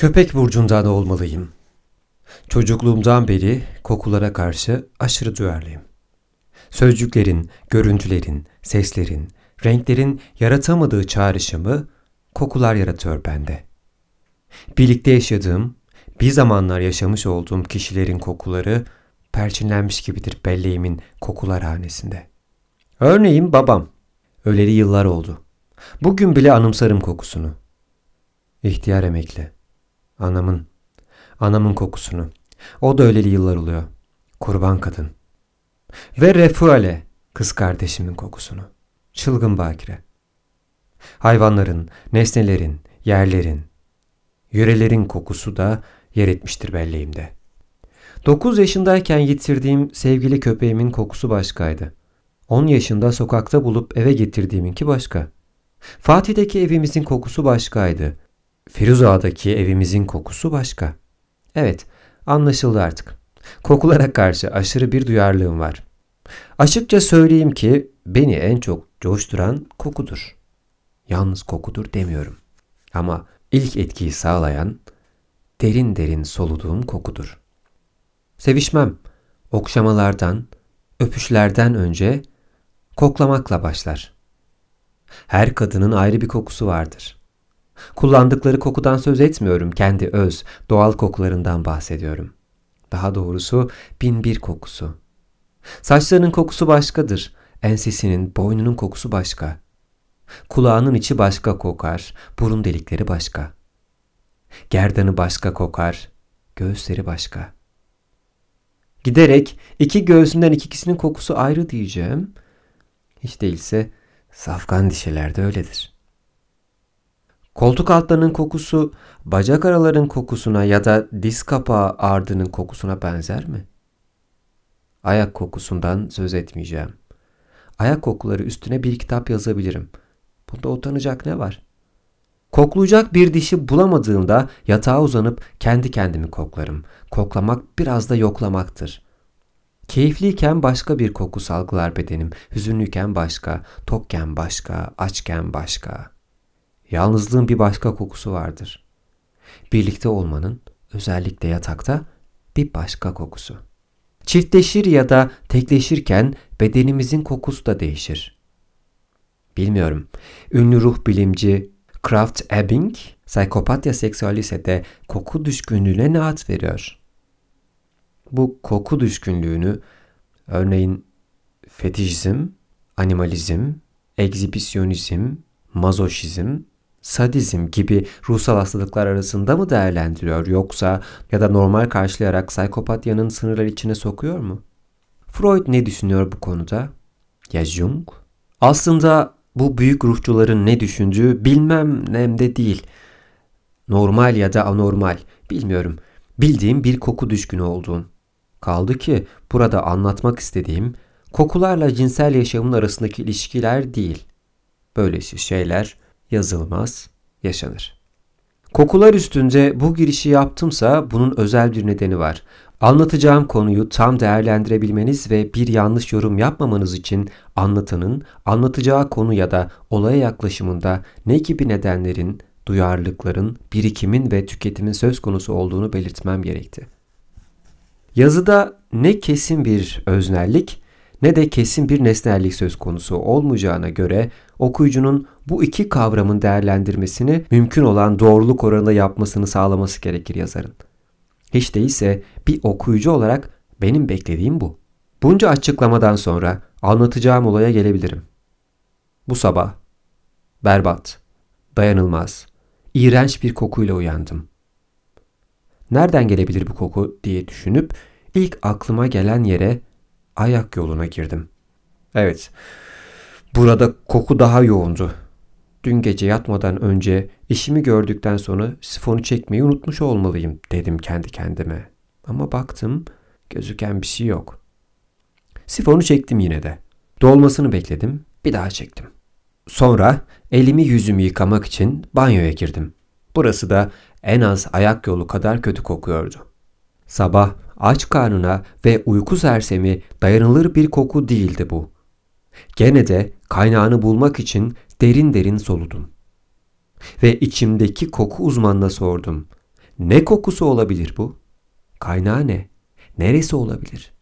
Köpek burcundan olmalıyım. Çocukluğumdan beri kokulara karşı aşırı duyarlıyım. Sözcüklerin, görüntülerin, seslerin, renklerin yaratamadığı çağrışımı kokular yaratıyor bende. Birlikte yaşadığım, bir zamanlar yaşamış olduğum kişilerin kokuları perçinlenmiş gibidir belleğimin kokular hanesinde. Örneğin babam. Öleli yıllar oldu. Bugün bile anımsarım kokusunu. İhtiyar emekli. Anamın kokusunu. O da öleli yıllar oluyor. Kurban kadın. Ve Refuale, kız kardeşimin kokusunu. Çılgın bakire. Hayvanların, nesnelerin, yerlerin, yörelerin kokusu da yer etmiştir belleğimde. 9 yaşındayken yitirdiğim sevgili köpeğimin kokusu başkaydı. 10 yaşında sokakta bulup eve getirdiğiminki başka. Fatih'teki evimizin kokusu başkaydı. Firuza'daki evimizin kokusu başka. Evet, anlaşıldı artık. Kokulara karşı aşırı bir duyarlılığım var. Açıkça söyleyeyim ki beni en çok coşturan kokudur. Yalnız kokudur demiyorum. Ama ilk etkiyi sağlayan derin derin soluduğum kokudur. Sevişmem, okşamalardan, öpüşlerden önce koklamakla başlar. Her kadının ayrı bir kokusu vardır. Kullandıkları kokudan söz etmiyorum, kendi öz, doğal kokularından bahsediyorum. Daha doğrusu bin bir kokusu. Saçlarının kokusu başkadır, ensesinin, boynunun kokusu başka. Kulağının içi başka kokar, burun delikleri başka. Gerdanı başka kokar, göğüsleri başka. Giderek iki göğsünden ikisinin kokusu ayrı diyeceğim. Hiç değilse safkan dişilerde öyledir. Koltuk altlarının kokusu bacak araların kokusuna ya da diz kapağı ardının kokusuna benzer mi? Ayak kokusundan söz etmeyeceğim. Ayak kokuları üstüne bir kitap yazabilirim. Bunda utanacak ne var? Koklayacak bir dişi bulamadığımda yatağa uzanıp kendi kendimi koklarım. Koklamak biraz da yoklamaktır. Keyifliyken başka bir koku salgılar bedenim. Hüzünlüyken başka, tokken başka, açken başka. Yalnızlığın bir başka kokusu vardır. Birlikte olmanın, özellikle yatakta, bir başka kokusu. Çiftleşir ya da tekleşirken bedenimizin kokusu da değişir. Bilmiyorum, ünlü ruh bilimci Kraft Ebing, Psychopathia Sexualis'e koku düşkünlüğüne ne ad veriyor? Bu koku düşkünlüğünü örneğin fetişizm, animalizm, egzibisyonizm, mazoşizm, sadizm gibi ruhsal hastalıklar arasında mı değerlendiriyor yoksa ya da normal karşılayarak psikopatyanın sınırları içine sokuyor mu? Freud ne düşünüyor bu konuda? Ya Jung? Aslında bu büyük ruhçuların ne düşündüğü bilmem nemde değil. Normal ya da anormal bilmiyorum. Bildiğim bir koku düşkünü olduğum. Kaldı ki burada anlatmak istediğim kokularla cinsel yaşamın arasındaki ilişkiler değil. Böylesi şeyler yazılmaz, yaşanır. Kokular üstünde bu girişi yaptımsa bunun özel bir nedeni var. Anlatacağım konuyu tam değerlendirebilmeniz ve bir yanlış yorum yapmamanız için anlatanın anlatacağı konu ya da olaya yaklaşımında ne gibi nedenlerin, duyarlılıkların, birikimin ve tüketimin söz konusu olduğunu belirtmem gerekti. Yazıda ne kesin bir öznellik ne de kesin bir nesnellik söz konusu olmayacağına göre okuyucunun bu iki kavramın değerlendirmesini mümkün olan doğruluk oranında yapmasını sağlaması gerekir yazarın. Hiç değilse bir okuyucu olarak benim beklediğim bu. Bunca açıklamadan sonra anlatacağım olaya gelebilirim. Bu sabah berbat, dayanılmaz, iğrenç bir kokuyla uyandım. Nereden gelebilir bu koku diye düşünüp ilk aklıma gelen yere ayak yoluna girdim. Evet, burada koku daha yoğundu. Dün gece yatmadan önce işimi gördükten sonra sifonu çekmeyi unutmuş olmalıyım dedim kendi kendime. Ama baktım gözüken bir şey yok. Sifonu çektim yine de. Dolmasını bekledim, bir daha çektim. Sonra elimi yüzümü yıkamak için banyoya girdim. Burası da en az ayak yolu kadar kötü kokuyordu. Sabah aç karnına ve uyku sersemi dayanılır bir koku değildi bu. Gene de kaynağını bulmak için derin derin soludum. Ve içimdeki koku uzmanına sordum. Ne kokusu olabilir bu? Kaynağı ne? Neresi olabilir?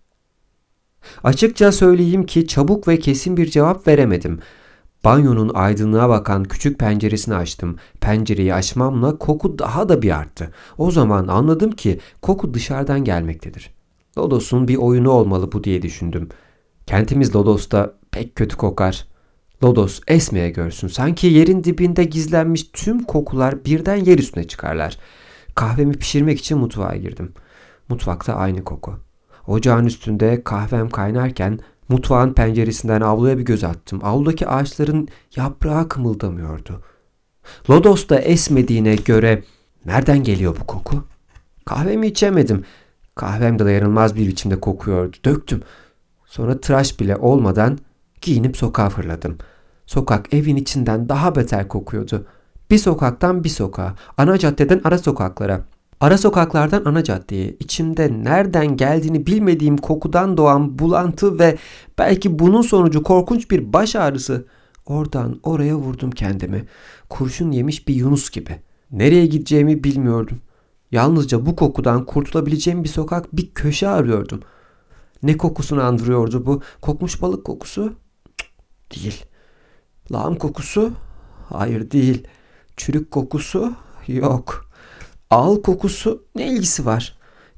Açıkça söyleyeyim ki çabuk ve kesin bir cevap veremedim. Banyonun aydınlığa bakan küçük penceresini açtım. Pencereyi açmamla koku daha da bir arttı. O zaman anladım ki koku dışarıdan gelmektedir. Lodos'un bir oyunu olmalı bu diye düşündüm. Kentimiz Lodos'ta pek kötü kokar. Lodos esmeye görsün. Sanki yerin dibinde gizlenmiş tüm kokular birden yer üstüne çıkarlar. Kahvemi pişirmek için mutfağa girdim. Mutfakta aynı koku. Ocağın üstünde kahvem kaynarken mutfağın penceresinden avluya bir göz attım. Avludaki ağaçların yaprağı kımıldamıyordu. Lodos'ta esmediğine göre nereden geliyor bu koku? Kahvemi içemedim. Kahvem de dayanılmaz bir biçimde kokuyordu. Döktüm. Sonra tıraş bile olmadan giyinip sokağa fırladım. Sokak evin içinden daha beter kokuyordu. Bir sokaktan bir sokağa, ana caddeden ara sokaklara, ara sokaklardan ana caddeye, içimde nereden geldiğini bilmediğim kokudan doğan bulantı ve belki bunun sonucu korkunç bir baş ağrısı. Oradan oraya vurdum kendimi. Kurşun yemiş bir yunus gibi. Nereye gideceğimi bilmiyordum. Yalnızca bu kokudan kurtulabileceğim bir sokak, bir köşe arıyordum. Ne kokusunu andırıyordu bu? Kokmuş balık kokusu? Değil. Lağım kokusu? Hayır değil. Çürük kokusu? Yok. Ağıl kokusu? Ne ilgisi var?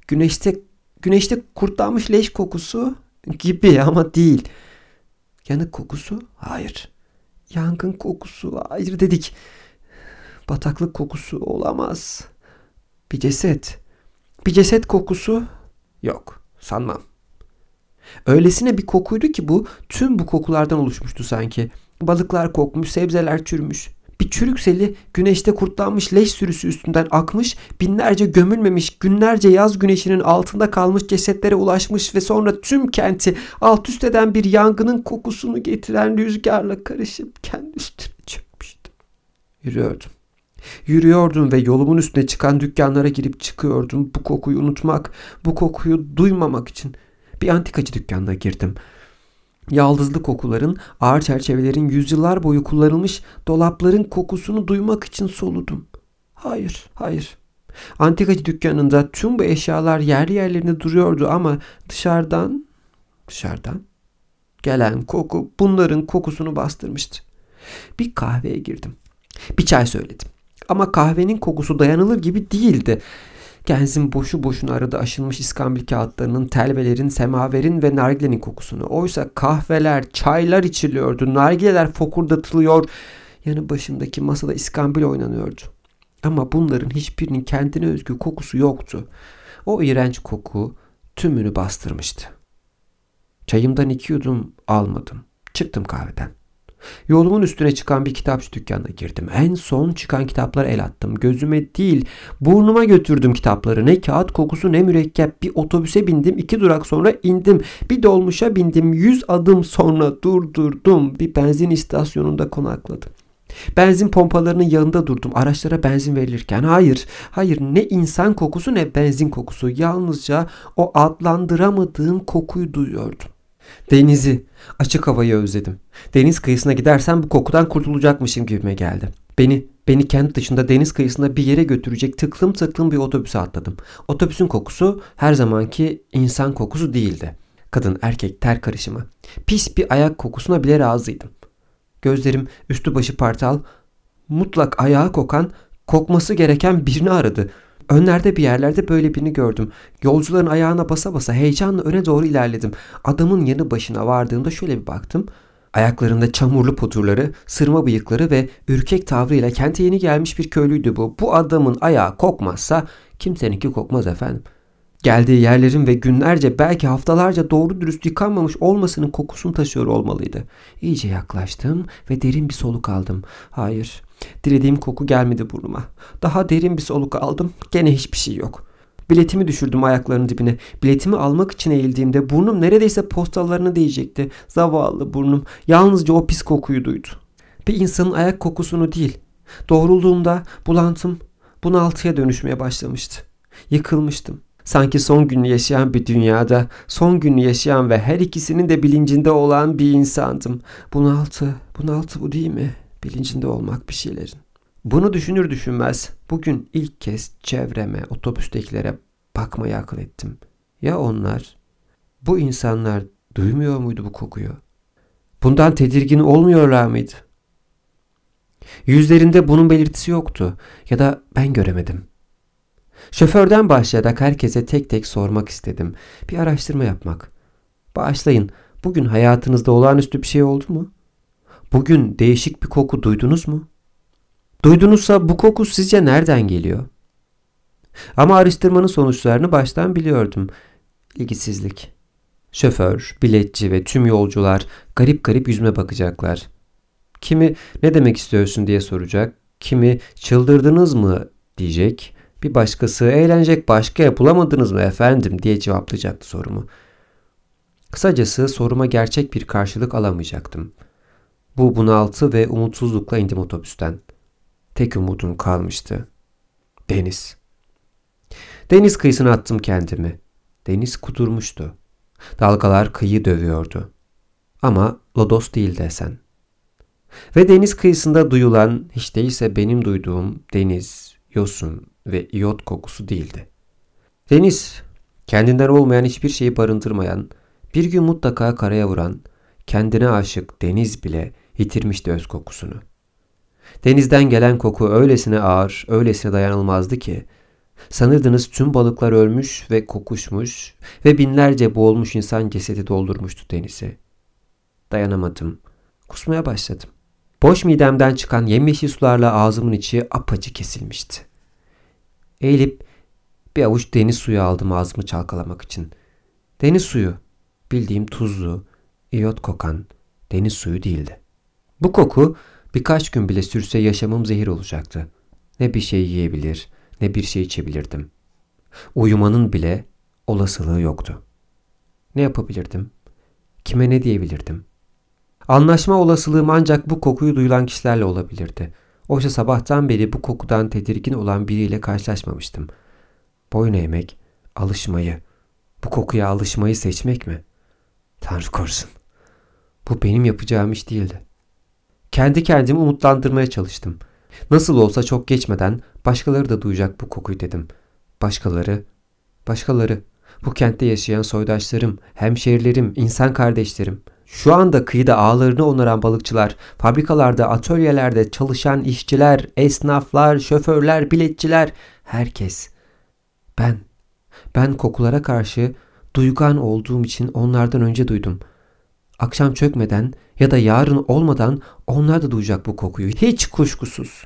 Güneşte kurtlanmış leş kokusu? Gibi ama değil. Yanık kokusu? Hayır. Yangın kokusu? Hayır dedik. Bataklık kokusu olamaz. Bir ceset. Bir ceset kokusu? Yok. Sanmam. Öylesine bir kokuydu ki bu, tüm bu kokulardan oluşmuştu sanki. Balıklar kokmuş, sebzeler çürümüş. Bir çürük seli güneşte kurtlanmış leş sürüsü üstünden akmış, binlerce gömülmemiş, günlerce yaz güneşinin altında kalmış cesetlere ulaşmış ve sonra tüm kenti alt üst eden bir yangının kokusunu getiren rüzgarla karışıp kendi üstüne çökmüştü. Yürüyordum. Yürüyordum ve yolumun üstüne çıkan dükkanlara girip çıkıyordum. Bu kokuyu unutmak, bu kokuyu duymamak için. Bir antikacı dükkanına girdim. Yaldızlı kokuların, ağır çerçevelerin, yüzyıllar boyu kullanılmış dolapların kokusunu duymak için soludum. Hayır, hayır. Antikacı dükkanında tüm bu eşyalar yerli yerlerinde duruyordu ama dışarıdan gelen koku bunların kokusunu bastırmıştı. Bir kahveye girdim. Bir çay söyledim. Ama kahvenin kokusu dayanılır gibi değildi. Genzim boşu boşuna aradı aşınmış iskambil kağıtlarının, telvelerin, semaverin ve nargilenin kokusunu. Oysa kahveler, çaylar içiliyordu, nargileler fokurdatılıyor, yanı başımdaki masada iskambil oynanıyordu. Ama bunların hiçbirinin kendine özgü kokusu yoktu. O iğrenç koku tümünü bastırmıştı. Çayımdan 2 yudum almadım. Çıktım kahveden. Yolumun üstüne çıkan bir kitapçı dükkanına girdim. En son çıkan kitaplara el attım. Gözüme değil, burnuma götürdüm kitapları. Ne kağıt kokusu ne mürekkep. Bir otobüse bindim. 2 durak sonra indim. Bir dolmuşa bindim. 100 adım sonra durdurdum. Bir benzin istasyonunda konakladım. Benzin pompalarının yanında durdum. Araçlara benzin verilirken. Hayır, ne insan kokusu ne benzin kokusu. Yalnızca o adlandıramadığım kokuyu duyuyordum. Denizi, açık havayı özledim. Deniz kıyısına gidersem bu kokudan kurtulacakmışım gibime geldi. Beni kent dışında deniz kıyısında bir yere götürecek tıklım tıklım bir otobüse atladım. Otobüsün kokusu her zamanki insan kokusu değildi. Kadın erkek ter karışımı. Pis bir ayak kokusuna bile razıydım. Gözlerim üstü başı partal, mutlak ayağa kokan, kokması gereken birini aradı. Önlerde bir yerlerde böyle birini gördüm. Yolcuların ayağına basa basa heyecanla öne doğru ilerledim. Adamın yanı başına vardığımda şöyle bir baktım. Ayaklarında çamurlu poturları, sırma bıyıkları ve ürkek tavrıyla kente yeni gelmiş bir köylüydü bu. Bu adamın ayağı kokmazsa kimseninki kokmaz efendim. Geldiği yerlerin ve günlerce belki haftalarca doğru dürüst yıkanmamış olmasının kokusunu taşıyor olmalıydı. İyice yaklaştım ve derin bir soluk aldım. Hayır, dilediğim koku gelmedi burnuma. Daha derin bir soluk aldım. Gene hiçbir şey yok. Biletimi düşürdüm ayaklarının dibine. Biletimi almak için eğildiğimde burnum neredeyse postallarına değecekti. Zavallı burnum yalnızca o pis kokuyu duydu. Bir insanın ayak kokusunu değil. Doğrulduğumda bulantım bunaltıya dönüşmeye başlamıştı. Yıkılmıştım. Sanki son günü yaşayan bir dünyada, son günü yaşayan ve her ikisinin de bilincinde olan bir insandım. Bunaltı bu değil mi? Bilincinde olmak bir şeylerin. Bunu düşünür düşünmez bugün ilk kez çevreme, otobüstekilere bakmayı akıl ettim. Ya onlar? Bu insanlar duymuyor muydu bu kokuyu? Bundan tedirgin olmuyorlar mıydı? Yüzlerinde bunun belirtisi yoktu ya da ben göremedim. Şoförden başlayarak herkese tek tek sormak istedim. Bir araştırma yapmak. Bağışlayın, bugün hayatınızda olağanüstü bir şey oldu mu? Bugün değişik bir koku duydunuz mu? Duydunuzsa bu koku sizce nereden geliyor? Ama araştırmanın sonuçlarını baştan biliyordum. İlgisizlik. Şoför, biletçi ve tüm yolcular garip garip yüzüme bakacaklar. Kimi ne demek istiyorsun diye soracak, kimi çıldırdınız mı diyecek, bir başkası eğlenecek başka yapılamadınız mı efendim diye cevaplayacaktı sorumu. Kısacası soruma gerçek bir karşılık alamayacaktım. Bu bunaltı ve umutsuzlukla indim otobüsten. Tek umudum kalmıştı. Deniz. Deniz kıyısına attım kendimi. Deniz kudurmuştu. Dalgalar kıyı dövüyordu. Ama lodos değil desen. Ve deniz kıyısında duyulan hiç değilse benim duyduğum deniz, yosun ve iyot kokusu değildi. Deniz, kendinden olmayan hiçbir şeyi barındırmayan, bir gün mutlaka karaya vuran, kendine aşık deniz bile yitirmişti öz kokusunu. Denizden gelen koku öylesine ağır, öylesine dayanılmazdı ki, sanırdınız tüm balıklar ölmüş ve kokuşmuş ve binlerce boğulmuş insan cesedi doldurmuştu denizi. Dayanamadım. Kusmaya başladım. Boş midemden çıkan yemyeşil sularla ağzımın içi apacı kesilmişti. Eğilip bir avuç deniz suyu aldım ağzımı çalkalamak için. Deniz suyu, bildiğim tuzlu, iyot kokan deniz suyu değildi. Bu koku birkaç gün bile sürse yaşamım zehir olacaktı. Ne bir şey yiyebilir, ne bir şey içebilirdim. Uyumanın bile olasılığı yoktu. Ne yapabilirdim? Kime ne diyebilirdim? Anlaşma olasılığım ancak bu kokuyu duyulan kişilerle olabilirdi. Oysa sabahtan beri bu kokudan tedirgin olan biriyle karşılaşmamıştım. Boyun eğmek, alışmayı, bu kokuya alışmayı seçmek mi? Tanrı korusun. Bu benim yapacağım iş değildi. Kendi kendimi umutlandırmaya çalıştım. Nasıl olsa çok geçmeden başkaları da duyacak bu kokuyu dedim. Başkaları. Bu kentte yaşayan soydaşlarım, hemşehrilerim, insan kardeşlerim. Şu anda kıyıda ağlarını onaran balıkçılar, fabrikalarda, atölyelerde çalışan işçiler, esnaflar, şoförler, biletçiler, herkes. Ben kokulara karşı duygan olduğum için onlardan önce duydum. Akşam çökmeden ya da yarın olmadan onlar da duyacak bu kokuyu. Hiç kuşkusuz.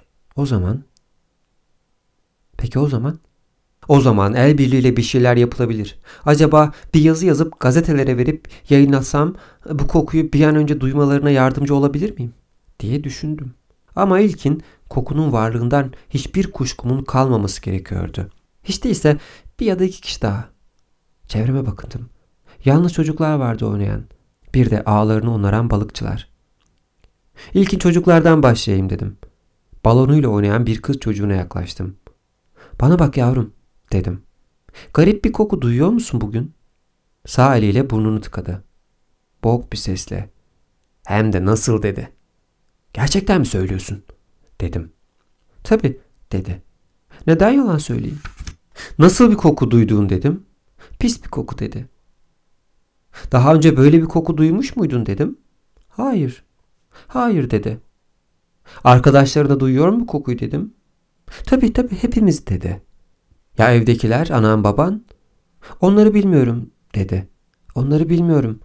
Peki o zaman? O zaman el birliğiyle bir şeyler yapılabilir. Acaba bir yazı yazıp gazetelere verip yayınlasam bu kokuyu bir an önce duymalarına yardımcı olabilir miyim? Diye düşündüm. Ama ilkin kokunun varlığından hiçbir kuşkumun kalmaması gerekiyordu. Hiç değilse bir ya da iki kişi daha. Çevreme bakındım. Yalnız çocuklar vardı oynayan. Bir de ağlarını onaran balıkçılar. İlkin çocuklardan başlayayım dedim. Balonuyla oynayan bir kız çocuğuna yaklaştım. Bana bak yavrum dedim. Garip bir koku duyuyor musun bugün? Sağ eliyle burnunu tıkadı. Boğuk bir sesle. Hem de nasıl dedi. Gerçekten mi söylüyorsun? Dedim. Tabii dedi. Neden yalan söyleyeyim? Nasıl bir koku duyduğun dedim. Pis bir koku dedi. Daha önce böyle bir koku duymuş muydun dedim. Hayır. Hayır dedi. Arkadaşları da duyuyor mu kokuyu dedim. Tabii hepimiz dedi. Ya evdekiler, anan baban? Onları bilmiyorum dedi. Onları bilmiyorum.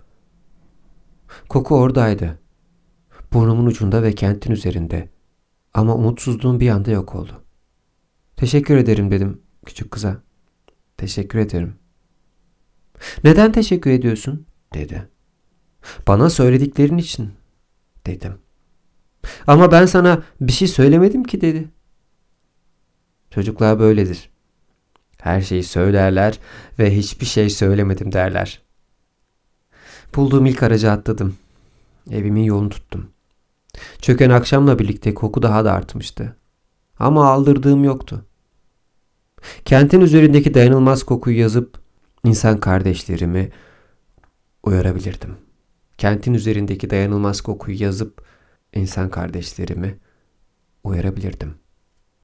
Koku oradaydı. Burnumun ucunda ve kentin üzerinde. Ama umutsuzluğum bir anda yok oldu. Teşekkür ederim dedim küçük kıza. Teşekkür ederim. Neden teşekkür ediyorsun? Dedi. Bana söylediklerin için dedim. Ama ben sana bir şey söylemedim ki dedi. Çocuklar böyledir. Her şeyi söylerler ve hiçbir şey söylemedim derler. Bulduğum ilk araca atladım. Evimin yolunu tuttum. Çöken akşamla birlikte koku daha da artmıştı. Ama aldırdığım yoktu. Kentin üzerindeki dayanılmaz kokuyu yazıp insan kardeşlerimi uyarabilirdim. Kentin üzerindeki dayanılmaz kokuyu yazıp insan kardeşlerimi uyarabilirdim.